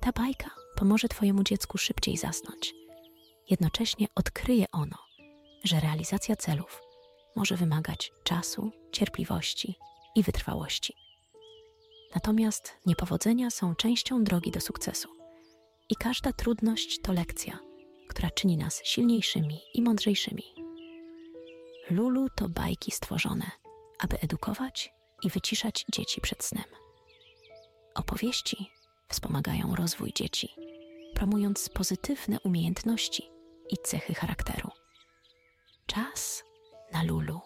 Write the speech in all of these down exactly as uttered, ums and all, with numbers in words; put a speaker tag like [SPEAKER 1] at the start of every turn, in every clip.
[SPEAKER 1] Ta bajka pomoże twojemu dziecku szybciej zasnąć. Jednocześnie odkryje ono, że realizacja celów może wymagać czasu, cierpliwości i wytrwałości. Natomiast niepowodzenia są częścią drogi do sukcesu i każda trudność to lekcja, która czyni nas silniejszymi i mądrzejszymi. Lulu to bajki stworzone, aby edukować i wyciszać dzieci przed snem. Opowieści wspomagają rozwój dzieci, promując pozytywne umiejętności i cechy charakteru. Czas na Lulu.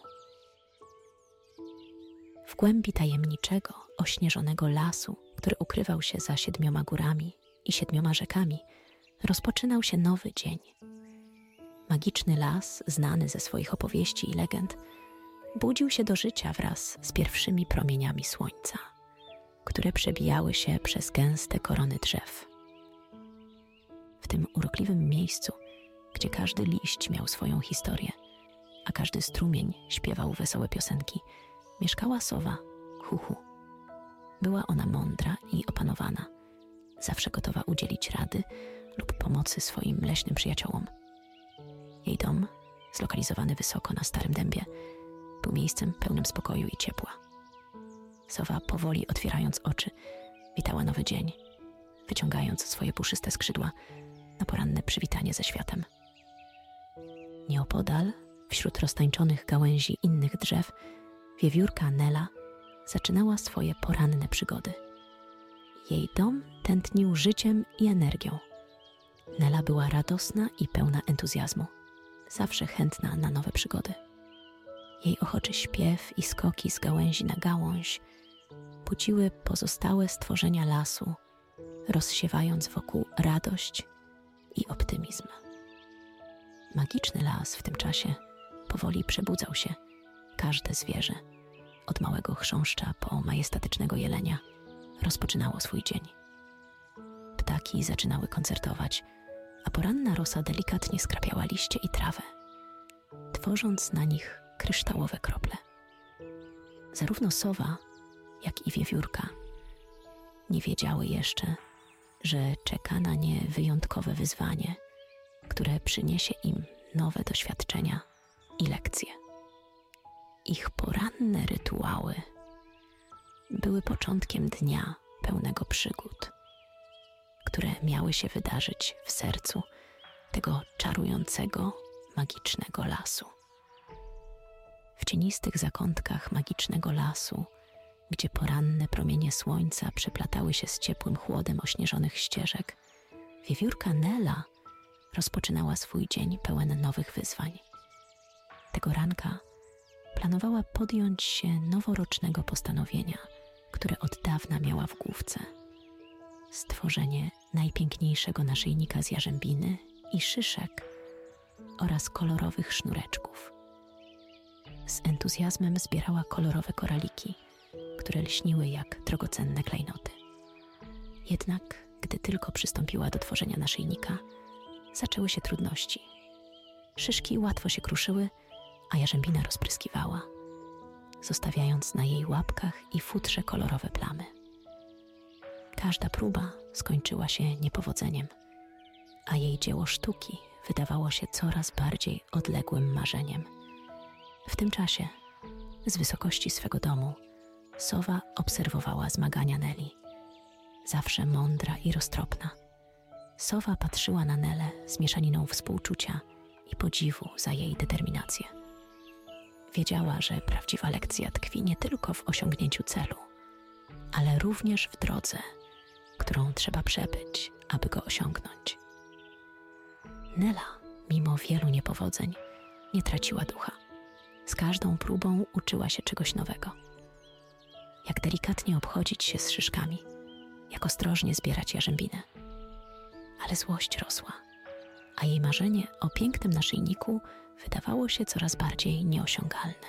[SPEAKER 1] W głębi tajemniczego, ośnieżonego lasu, który ukrywał się za siedmioma górami i siedmioma rzekami, rozpoczynał się nowy dzień. Magiczny las, znany ze swoich opowieści i legend, budził się do życia wraz z pierwszymi promieniami słońca, które przebijały się przez gęste korony drzew. W tym urokliwym miejscu, gdzie każdy liść miał swoją historię, a każdy strumień śpiewał wesołe piosenki, mieszkała sowa Huhu. Była ona mądra i opanowana, zawsze gotowa udzielić rady lub pomocy swoim leśnym przyjaciołom. Jej dom, zlokalizowany wysoko na starym dębie, był miejscem pełnym spokoju i ciepła. Sowa, powoli otwierając oczy, witała nowy dzień, wyciągając swoje puszyste skrzydła na poranne przywitanie ze światem. Nieopodal, wśród roztańczonych gałęzi innych drzew, wiewiórka Nela zaczynała swoje poranne przygody. Jej dom tętnił życiem i energią. Nela była radosna i pełna entuzjazmu, zawsze chętna na nowe przygody. Jej ochoczy śpiew i skoki z gałęzi na gałąź budziły pozostałe stworzenia lasu, rozsiewając wokół radość i optymizm. Magiczny las w tym czasie powoli przebudzał się. Każde zwierzę, od małego chrząszcza po majestatycznego jelenia, rozpoczynało swój dzień. Ptaki zaczynały koncertować, a poranna rosa delikatnie skrapiała liście i trawę, tworząc na nich kryształowe krople. Zarówno sowa, jak i wiewiórka nie wiedziały jeszcze, że czeka na nie wyjątkowe wyzwanie, które przyniesie im nowe doświadczenia i lekcje. Ich poranne rytuały były początkiem dnia pełnego przygód, które miały się wydarzyć w sercu tego czarującego, magicznego lasu. W cienistych zakątkach magicznego lasu, gdzie poranne promienie słońca przeplatały się z ciepłym chłodem ośnieżonych ścieżek, wiewiórka Nela rozpoczynała swój dzień pełen nowych wyzwań. Tego ranka planowała podjąć się noworocznego postanowienia, które od dawna miała w główce. Stworzenie najpiękniejszego naszyjnika z jarzębiny i szyszek oraz kolorowych sznureczków. Z entuzjazmem zbierała kolorowe koraliki, które lśniły jak drogocenne klejnoty. Jednak, gdy tylko przystąpiła do tworzenia naszyjnika, zaczęły się trudności. Szyszki łatwo się kruszyły, a jarzębina rozpryskiwała, zostawiając na jej łapkach i futrze kolorowe plamy. Każda próba skończyła się niepowodzeniem, a jej dzieło sztuki wydawało się coraz bardziej odległym marzeniem. W tym czasie, z wysokości swego domu, sowa obserwowała zmagania Neli. Zawsze mądra i roztropna, sowa patrzyła na Nelę z mieszaniną współczucia i podziwu za jej determinację. Wiedziała, że prawdziwa lekcja tkwi nie tylko w osiągnięciu celu, ale również w drodze, którą trzeba przebyć, aby go osiągnąć. Nela, mimo wielu niepowodzeń, nie traciła ducha. Z każdą próbą uczyła się czegoś nowego. Jak delikatnie obchodzić się z szyszkami, jak ostrożnie zbierać jarzębinę. Ale złość rosła, a jej marzenie o pięknym naszyjniku wydawało się coraz bardziej nieosiągalne.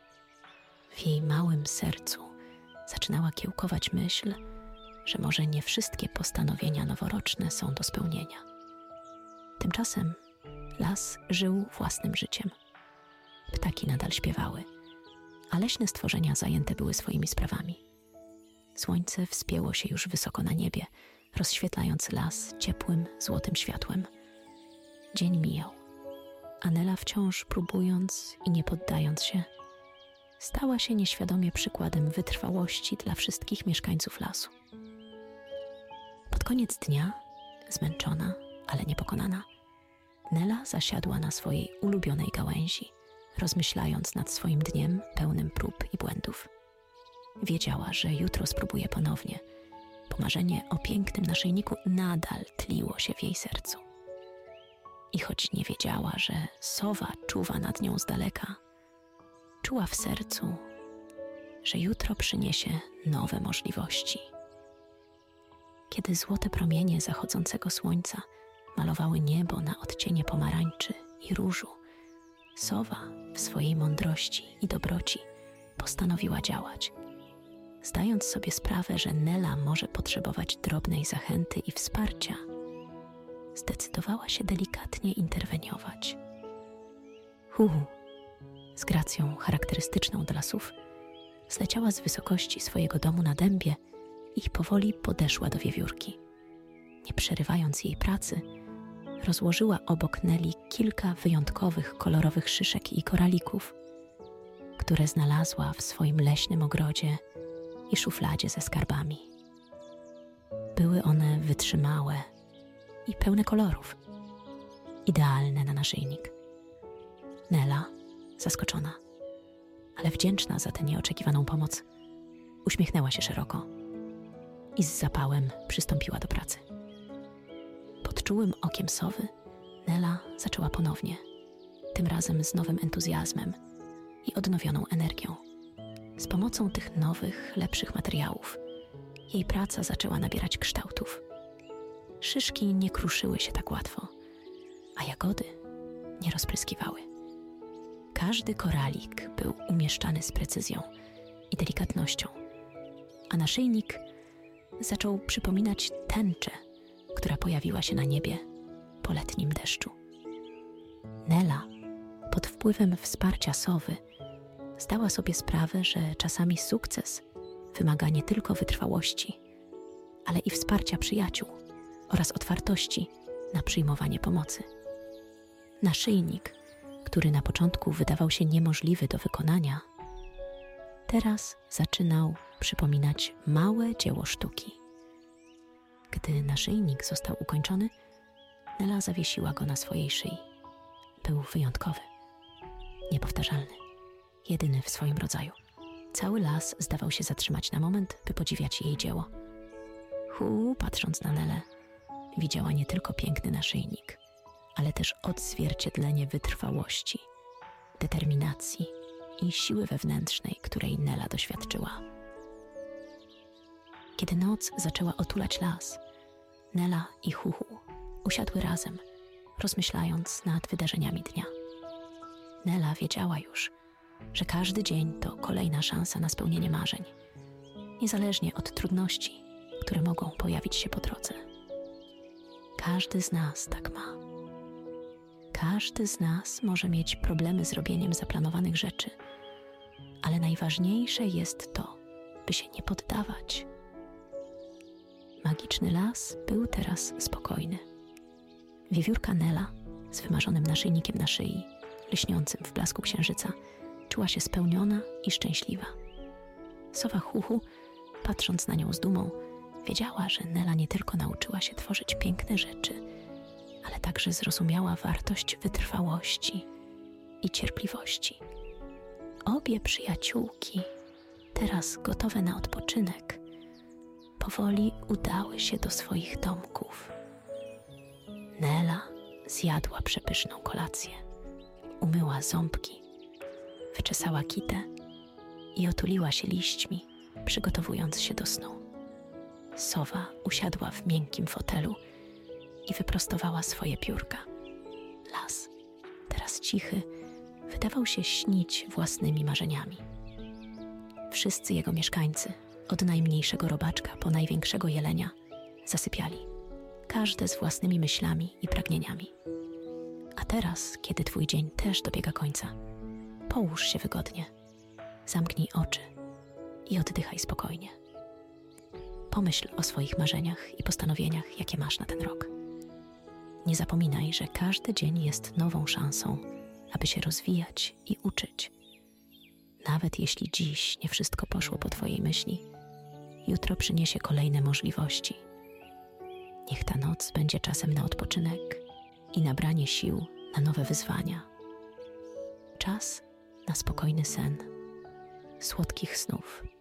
[SPEAKER 1] W jej małym sercu zaczynała kiełkować myśl, że może nie wszystkie postanowienia noworoczne są do spełnienia. Tymczasem las żył własnym życiem. Ptaki nadal śpiewały, a leśne stworzenia zajęte były swoimi sprawami. Słońce wspięło się już wysoko na niebie, rozświetlając las ciepłym, złotym światłem. Dzień mijał, a Nela, wciąż próbując i nie poddając się, stała się nieświadomie przykładem wytrwałości dla wszystkich mieszkańców lasu. Pod koniec dnia, zmęczona, ale niepokonana, Nela zasiadła na swojej ulubionej gałęzi, rozmyślając nad swoim dniem pełnym prób i błędów. Wiedziała, że jutro spróbuje ponownie, bo marzenie o pięknym naszyjniku nadal tliło się w jej sercu. I choć nie wiedziała, że sowa czuwa nad nią z daleka, czuła w sercu, że jutro przyniesie nowe możliwości. Kiedy złote promienie zachodzącego słońca malowały niebo na odcienie pomarańczy i różu, sowa w swojej mądrości i dobroci postanowiła działać. Zdając sobie sprawę, że Nela może potrzebować drobnej zachęty i wsparcia, zdecydowała się delikatnie interweniować. Huhu, z gracją charakterystyczną dla lasów, zleciała z wysokości swojego domu na dębie i powoli podeszła do wiewiórki. Nie przerywając jej pracy, rozłożyła obok Neli kilka wyjątkowych, kolorowych szyszek i koralików, które znalazła w swoim leśnym ogrodzie i szufladzie ze skarbami. Były one wytrzymałe i pełne kolorów, idealne na naszyjnik. Nela, zaskoczona, ale wdzięczna za tę nieoczekiwaną pomoc, uśmiechnęła się szeroko i z zapałem przystąpiła do pracy. Pod czułym okiem sowy Nela zaczęła ponownie, tym razem z nowym entuzjazmem i odnowioną energią. Z pomocą tych nowych, lepszych materiałów jej praca zaczęła nabierać kształtów. Szyszki nie kruszyły się tak łatwo, a jagody nie rozpryskiwały. Każdy koralik był umieszczany z precyzją i delikatnością, a naszyjnik zaczął przypominać tęczę, która pojawiła się na niebie po letnim deszczu. Nela, pod wpływem wsparcia sowy, zdała sobie sprawę, że czasami sukces wymaga nie tylko wytrwałości, ale i wsparcia przyjaciół oraz otwartości na przyjmowanie pomocy. Naszyjnik, który na początku wydawał się niemożliwy do wykonania, teraz zaczynał przypominać małe dzieło sztuki. Gdy naszyjnik został ukończony, Nela zawiesiła go na swojej szyi. Był wyjątkowy, niepowtarzalny, jedyny w swoim rodzaju. Cały las zdawał się zatrzymać na moment, by podziwiać jej dzieło. Hu, patrząc na Nelę, widziała nie tylko piękny naszyjnik, ale też odzwierciedlenie wytrwałości, determinacji i siły wewnętrznej, której Nela doświadczyła. Kiedy noc zaczęła otulać las, Nela i Huhu usiadły razem, rozmyślając nad wydarzeniami dnia. Nela wiedziała już, że każdy dzień to kolejna szansa na spełnienie marzeń, niezależnie od trudności, które mogą pojawić się po drodze. Każdy z nas tak ma. Każdy z nas może mieć problemy z robieniem zaplanowanych rzeczy, ale najważniejsze jest to, by się nie poddawać. Magiczny las był teraz spokojny. Wiewiórka Nela z wymarzonym naszyjnikiem na szyi, lśniącym w blasku księżyca, czuła się spełniona i szczęśliwa. Sowa Huhu, patrząc na nią z dumą, wiedziała, że Nela nie tylko nauczyła się tworzyć piękne rzeczy, ale także zrozumiała wartość wytrwałości i cierpliwości. Obie przyjaciółki, teraz gotowe na odpoczynek, powoli udały się do swoich domków. Nela zjadła przepyszną kolację, umyła ząbki, wyczesała kitę i otuliła się liśćmi, przygotowując się do snu. Sowa usiadła w miękkim fotelu i wyprostowała swoje piórka. Las, teraz cichy, wydawał się śnić własnymi marzeniami. Wszyscy jego mieszkańcy, od najmniejszego robaczka po największego jelenia, zasypiali, każdy z własnymi myślami i pragnieniami. A teraz, kiedy twój dzień też dobiega końca, połóż się wygodnie, zamknij oczy i oddychaj spokojnie. Pomyśl o swoich marzeniach i postanowieniach, jakie masz na ten rok. Nie zapominaj, że każdy dzień jest nową szansą, aby się rozwijać i uczyć. Nawet jeśli dziś nie wszystko poszło po twojej myśli, jutro przyniesie kolejne możliwości. Niech ta noc będzie czasem na odpoczynek i nabranie sił na nowe wyzwania. Czas na spokojny sen, słodkich snów